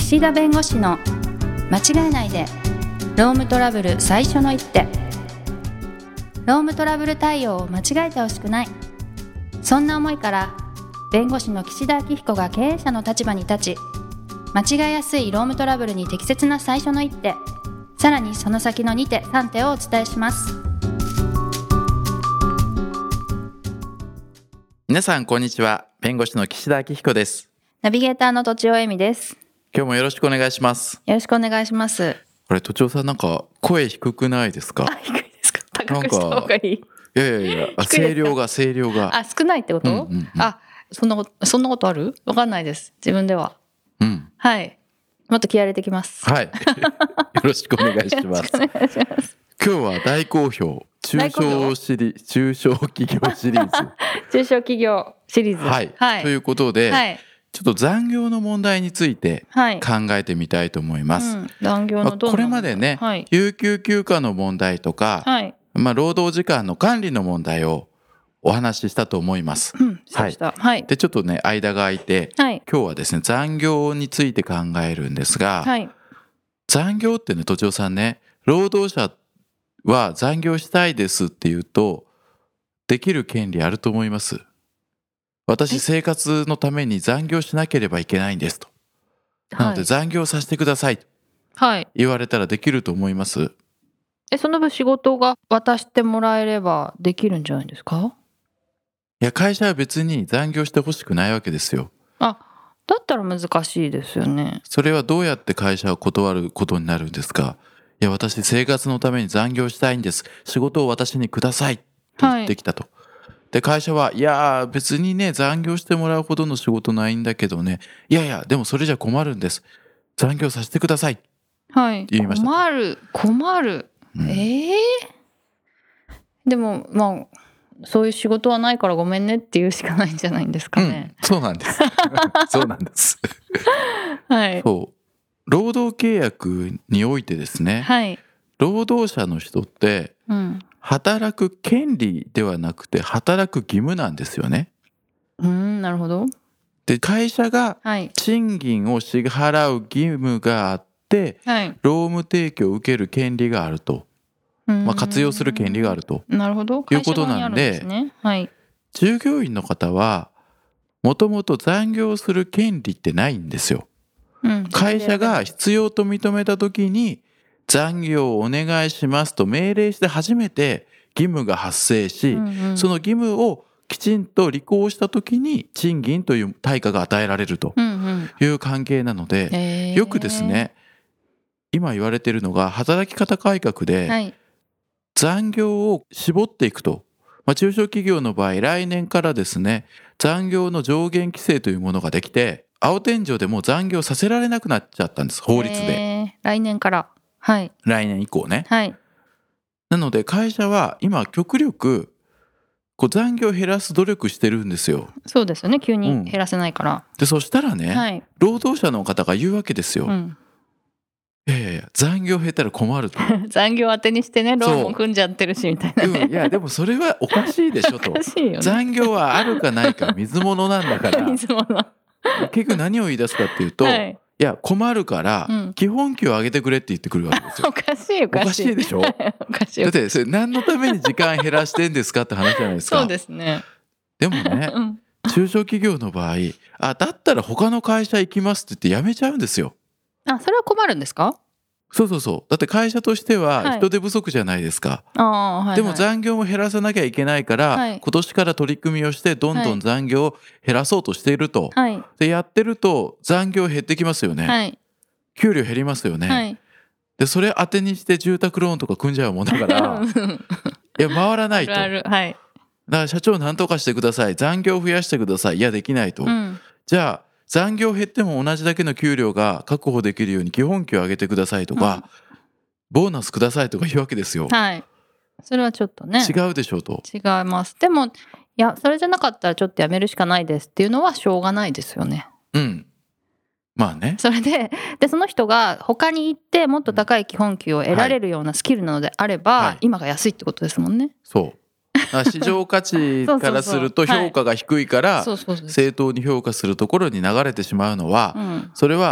岸田弁護士の間違えないでロームトラブル最初の一手。ロームトラブル対応を間違えてほしくない、そんな思いから弁護士の岸田明彦が経営者の立場に立ち、間違えやすいロームトラブルに適切な最初の一手、さらにその先の2手3手をお伝えします。 皆さんこんにちは。弁護士の岸田明彦です。 ナビゲーターのとちおえみです。 今日もよろしくお願いします。 よろしくお願いします。 あれ、とちおさん、なんか声低くないですか？ 低いですか？高くした方がいい？ いや声量が少ないってこと？そんなことある？わかんないです、自分では。はい、もっと気合い入れてきます。 はいよろしくお願いします。今日は大好評中小企業シリーズ中小企業シリーズ、はい、ということで、ちょっと残業の問題について考えてみたいと思います。 残業のどんなこれまでね、有給休暇の問題とか、労働時間の管理の問題をお話ししたと思います。でちょっとね間が空いて、今日はですね残業について考えるんですが、残業ってね、とちおさんね、労働者は残業したいですって言うとできる権利あると思います？私生活のために残業しなければいけないんですと、なので残業させてくださいと言われたらできると思います？ その分仕事が渡してもらえればできるんじゃないですか？ いや、会社は別に残業してほしくないわけですよ。 だったら難しいですよね。 それはどうやって会社を断ることになるんですか？いや、私生活のために残業したいんです、仕事を私にくださいと言ってきたと、で会社は、いや別にね残業してもらうほどの仕事ないんだけどね、いやでもそれじゃ困るんです、残業させてくださいって言いました。 困る、でもそういう仕事はないからごめんねって言うしかないんじゃないんですかね。 そうなんですそうなんですそう、労働契約においてですね、労働者の人って、働く権利ではなくて働く義務なんですよね。 なるほど。 で会社が賃金を支払う義務があって、労務提供を受ける権利があると、活用する権利があるということなんで、従業員の方はもともと残業する権利ってないんですよ。会社が必要と認めた時に残業をお願いしますと命令して初めて義務が発生し、その義務をきちんと履行した時に賃金という対価が与えられるという関係なので、よくですね今言われているのが働き方改革で残業を絞っていくと、中小企業の場合来年からですね残業の上限規制というものができて、青天井でもう残業させられなくなっちゃったんです、法律で。 来年から、 来年以降ね、なので会社は今極力残業を減らす努力してるんですよ。 そうですよね、急に減らせないから、 でそしたらね、労働者の方が言うわけですよ、残業減ったら困ると残業当てにしてね、ローンも組んじゃってるしみたいなね、 いやでもそれはおかしいでしょと、残業はあるかないか水物なんだから結局何を言い出すかっていうと、いや困るから基本給を上げてくれって言ってくるわけですよ。 おかしいでしょだってそれ何のために時間減らしてんですかって話じゃないですか。 そうですね。 でもね、中小企業の場合、だったら他の会社行きますって言って辞めちゃうんですよ。 それは困るんですか？ そうだって会社としては人手不足じゃないですか、でも残業も減らさなきゃいけないから、今年から取り組みをしてどんどん残業を減らそうとしていると、でやってると残業減ってきますよね、給料減りますよね、でそれ当てにして住宅ローンとか組んじゃうもんだからいや回らないと、だから社長何とかしてください、残業を増やしてください、いやできないと、じゃあ残業減っても同じだけの給料が確保できるように基本給を上げてくださいとか、ボーナスくださいとか言うわけですよ。 それはちょっとね違うでしょうと。 違います。でもそれじゃなかったらちょっとやめるしかないですっていうのはしょうがないですよね。 まあね。 それでその人が他に行ってもっと高い基本給を得られるようなスキルなのであれば、今が安いってことですもんね。 市場価値からすると評価が低いから正当に評価するところに流れてしまうのは、それは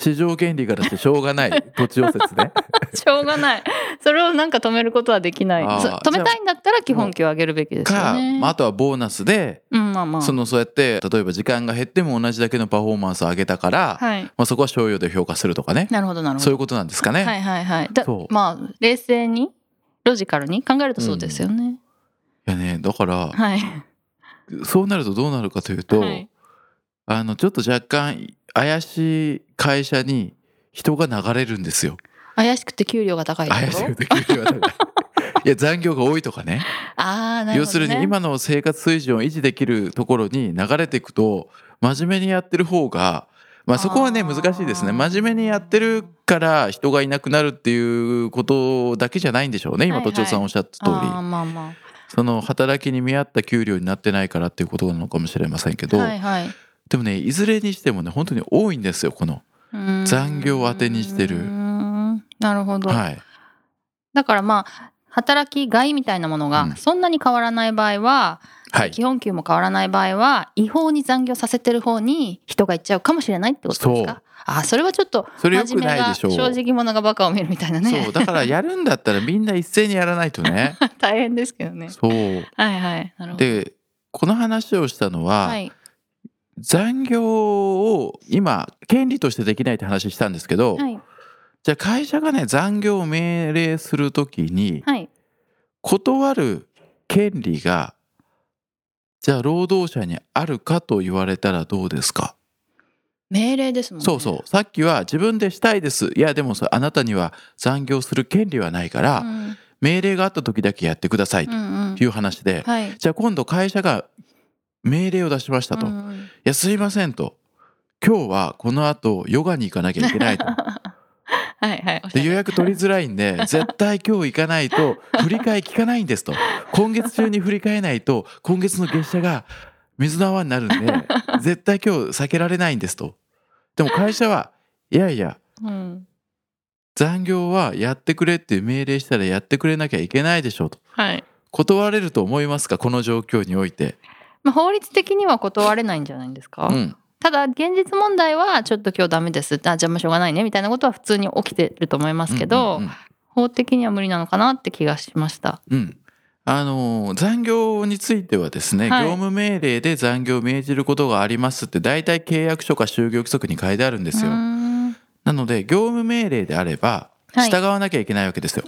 市場原理からしてしょうがない土地汚染ねしょうがない。それをなんか止めることはできない。止めたいんだったら基本給を上げるべきですよね。 あとはボーナスで、そうやって例えば時間が減っても同じだけのパフォーマンスを上げたから、そこは賞与で評価するとかね。 なるほどなるほど。 そういうことなんですかね。 冷静にロジカルに考えるとそうですよね。 いやね、だから、そうなるとどうなるかというと、ちょっと若干怪しい会社に人が流れるんですよ。 怪しくて給料が高いところ。 怪しくて給料が高いいや残業が多いとかね。 なるほどね。 要するに今の生活水準を維持できるところに流れていくと、真面目にやってる方が、そこはね難しいですね。真面目にやってるから人がいなくなるっていうことだけじゃないんでしょうね。今都庁さんおっしゃった通り、その働きに見合った給料になってないからっていうことなのかもしれませんけど、でもね、いずれにしてもね本当に多いんですよ、この残業を当てにしてる。 なるほど、だから働きがいみたいなものがそんなに変わらない場合は、基本給も変わらない場合は違法に残業させてる方に人が行っちゃうかもしれないってことですか。それはちょっと真面目が正直者がバカを見るみたいなね。 そうだからやるんだったらみんな一斉にやらないとね大変ですけどね。 そうなるほど。でこの話をしたのは、残業を今権利としてできないって話したんですけど、じゃあ会社がね残業を命令するときに、断る権利がじゃあ労働者にあるかと言われたらどうですか。 命令ですもんね。 そうさっきは自分でしたいです、いやでもあなたには残業する権利はないから、命令があった時だけやってくださいという話で、じゃあ今度会社が命令を出しましたと、いやすいませんと、今日はこの後ヨガに行かなきゃいけないとで予約取りづらいんで絶対今日行かないと振り替え効かないんですと、今月中に振り替えないと今月の月謝が水の泡になるんで絶対今日避けられないんですと。でも会社はいやいや、残業はやってくれって命令したらやってくれなきゃいけないでしょうと、断れると思いますか、この状況において。 法律的には断れないんじゃないんですか。ただ現実問題はちょっと今日ダメです、じゃあしょうがないねみたいなことは普通に起きてると思いますけど、法的には無理なのかなって気がしました。 残業についてはですね、業務命令で残業を命じることがありますって大体契約書か就業規則に書いてあるんですよ。なので業務命令であれば従わなきゃいけないわけですよ。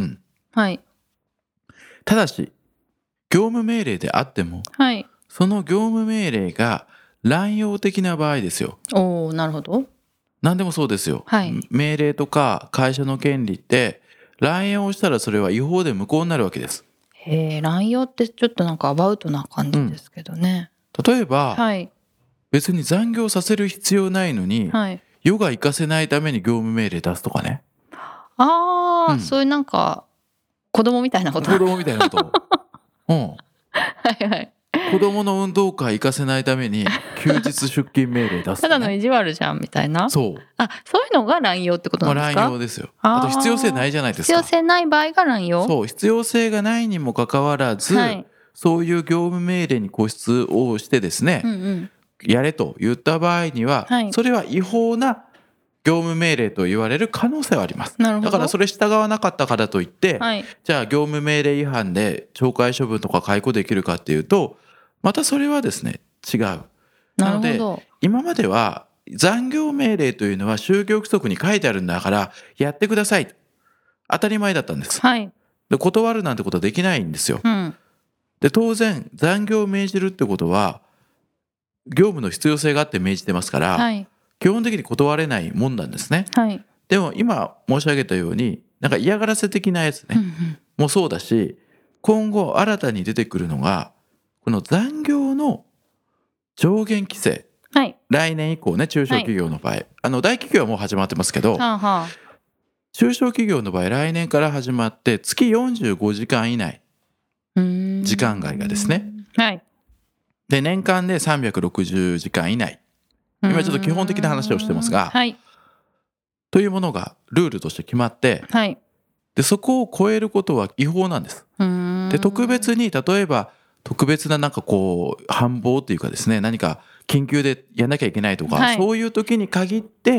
ただし業務命令であっても、その業務命令が乱用的な場合ですよ。 なるほど。 何でもそうですよ、命令とか会社の権利って乱用したらそれは違法で無効になるわけです。 乱用ってちょっとなんかアバウトな感じですけどね。 例えば、別に残業させる必要ないのに、ヨガ行かせないために業務命令出すとかね。 そういうなんか子供みたいなこと。 子供みたいなこと子供の運動会行かせないために休日出勤命令出す、 ただの意地悪じゃんみたいな。そういうのが乱用ってことなんですか。 乱用ですよ。あと必要性ないじゃないですか。 必要性ない場合が乱用。 そう必要性がないにもかかわらず、そういう業務命令に固執をしてですね、やれと言った場合には、それは違法な業務命令と言われる可能性はあります。だからそれ従わなかったからといって、じゃあ業務命令違反で懲戒処分とか解雇できるかっていうと、またそれはですね違う。なので今までは残業命令というのは就業規則に書いてあるんだからやってくださいと当たり前だったんです。で断るなんてことはできないんですよ。で当然残業を命じるってことは業務の必要性があって命じてますから、基本的に断れないもんなんですね。でも今申し上げたようになんか嫌がらせ的なやつね、もそうだし、今後新たに出てくるのがこの残業の上限規制、来年以降ね、中小企業の場合、大企業はもう始まってますけど、中小企業の場合来年から始まって月45時間以内時間外がですね、で年間で360時間以内、今ちょっと基本的な話をしてますが、というものがルールとして決まって、でそこを超えることは違法なんです。で特別に例えば特別ななんかこう繁忙っていうかですね、何か緊急でやんなきゃいけないとか、そういう時に限って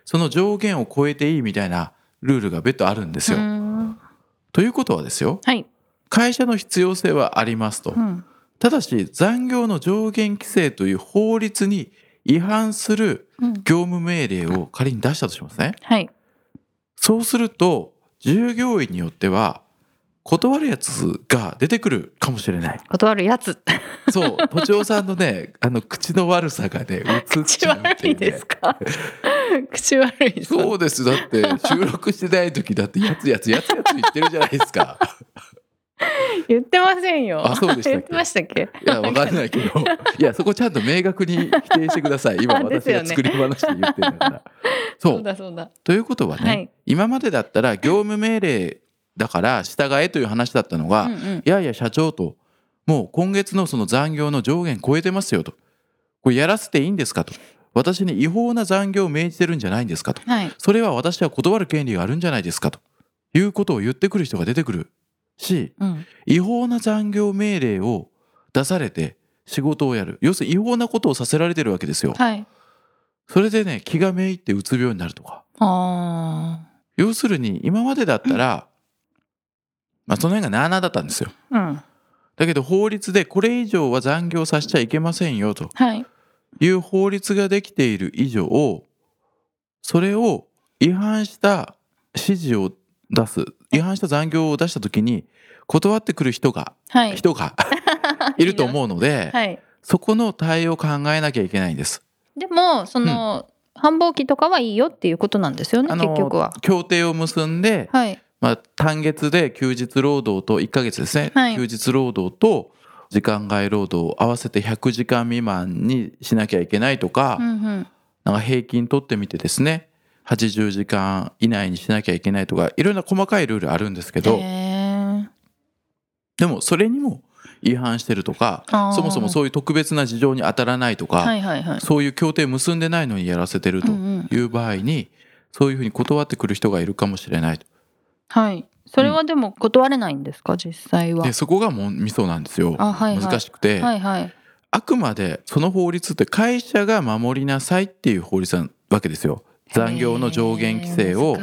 その上限を超えていいみたいなルールが別途あるんですよ。ということはですよ、 はい、 会社の必要性はありますと、ただし残業の上限規制という法律に違反する業務命令を仮に出したとしますね、 はい、 そうすると従業員によっては断るやつが出てくるかもしれない。 断るやつそう、都庁さんのね、口の悪さがね、映っちゃうっていう、ね、 口悪いですか口悪いです。 そうです。だって収録してない時だってやつ言ってるじゃないですか言ってませんよ。 あ、そうでしたっけ。 言ってましたっけ。 いや、わかんないけどいや、そこちゃんと明確に否定してください。今私が作り話で言ってるんだからそうだということはね、はい、今までだったら業務命令だから従えという話だったのが、いやいや社長と、もう今月のその残業の上限超えてますよと、これやらせていいんですかと、私に違法な残業を命じてるんじゃないんですかと、はい、それは私は断る権利があるんじゃないですかということを言ってくる人が出てくるし、違法な残業命令を出されて仕事をやる、要するに違法なことをさせられてるわけですよ、はい、それでね、気がめいってうつ病になるとか、要するに今までだったら、その辺がなあなあだったんですよ、だけど法律でこれ以上は残業させちゃいけませんよという法律ができている以上、それを違反した指示を出す、違反した残業を出した時に断ってくる人がいると思うので、はい、そこの対応を考えなきゃいけないんです。 でもその、繁忙期とかはいいよっていうことなんですよね、結局は。 協定を結んで、はい、単月で休日労働と1ヶ月ですね、はい、休日労働と時間外労働を合わせて100時間未満にしなきゃいけないとか、なんか平均取ってみてですね、80時間以内にしなきゃいけないとか、いろんな細かいルールあるんですけど、でもそれにも違反してるとか、そもそもそういう特別な事情に当たらないとか、そういう協定結んでないのにやらせてるという場合に、そういうふうに断ってくる人がいるかもしれないと。 はい、それはでも断れないんですか、実際は。 でそこがもうミソなんですよ、難しくて、あくまでその法律って会社が守りなさいっていう法律なわけですよ。残業の上限規制を、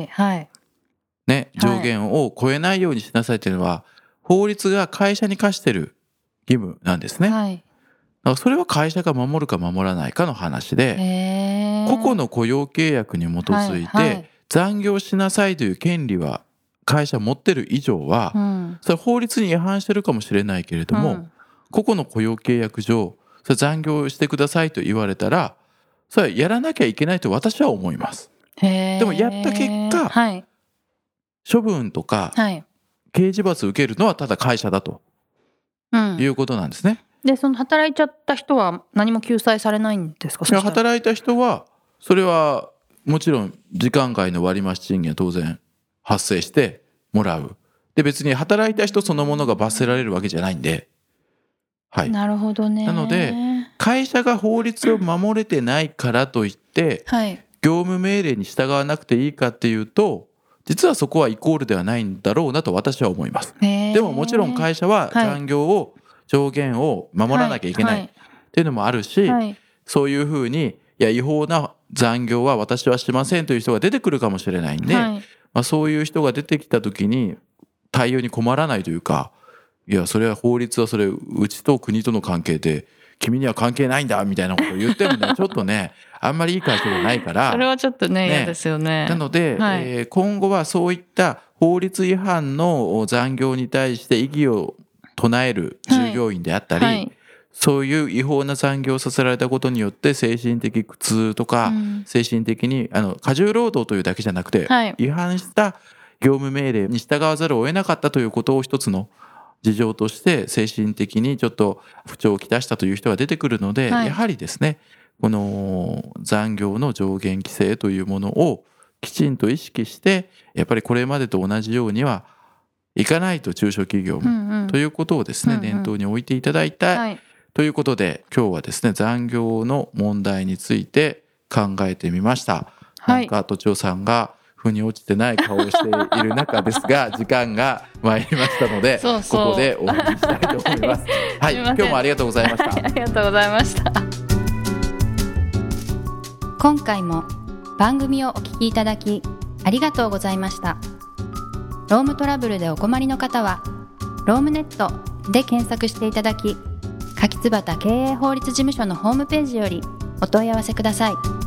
上限を超えないようにしなさいっていうのは法律が会社に課してる義務なんですね、だからそれは会社が守るか守らないかの話で、個々の雇用契約に基づいて残業しなさいという権利は会社持ってる以上は、それは法律に違反してるかもしれないけれども、個々の雇用契約上それ残業してくださいと言われたら、それはやらなきゃいけないと私は思います。でもやった結果、処分とか刑事罰を受けるのはただ会社だと、いうことなんですね。 でその働いちゃった人は何も救済されないんですか。 働いた人はそれはもちろん時間外の割増賃金は当然発生してもらう。で別に働いた人そのものが罰せられるわけじゃないんで、 なるほどね。 なので会社が法律を守れてないからといって、業務命令に従わなくていいかっていうと、実はそこはイコールではないんだろうなと私は思います。でももちろん会社は残業を、上限を守らなきゃいけないっていうのもあるし、そういうふうにいや違法な残業は私はしませんという人が出てくるかもしれないんで、そういう人が出てきた時に対応に困らないというか、いやそれは法律はそれうちと国との関係で君には関係ないんだみたいなことを言ってもねちょっとねあんまりいい会社じゃないから、 それはちょっとね嫌ですよね。 なので、今後はそういった法律違反の残業に対して異議を唱える従業員であったり、そういう違法な残業をさせられたことによって精神的苦痛とか、精神的に過重労働というだけじゃなくて、違反した業務命令に従わざるを得なかったということを一つの事情として精神的にちょっと不調をきたしたという人が出てくるので、やはりですねこの残業の上限規制というものをきちんと意識して、やっぱりこれまでと同じようにはいかないと、中小企業も、ということをですね、念頭に置いていただいたい、ということで今日はですね残業の問題について考えてみました。なんか都庁さんが腑に落ちてない顔をしている中ですが時間が参りましたのでここで終わりにしたいと思います。今日もありがとうございました。 ありがとうございました。 今回も番組をお聞きいただきありがとうございました。ロームトラブルでお困りの方はロームネットで検索していただき、柿椿経営法律事務所のホームページよりお問い合わせください。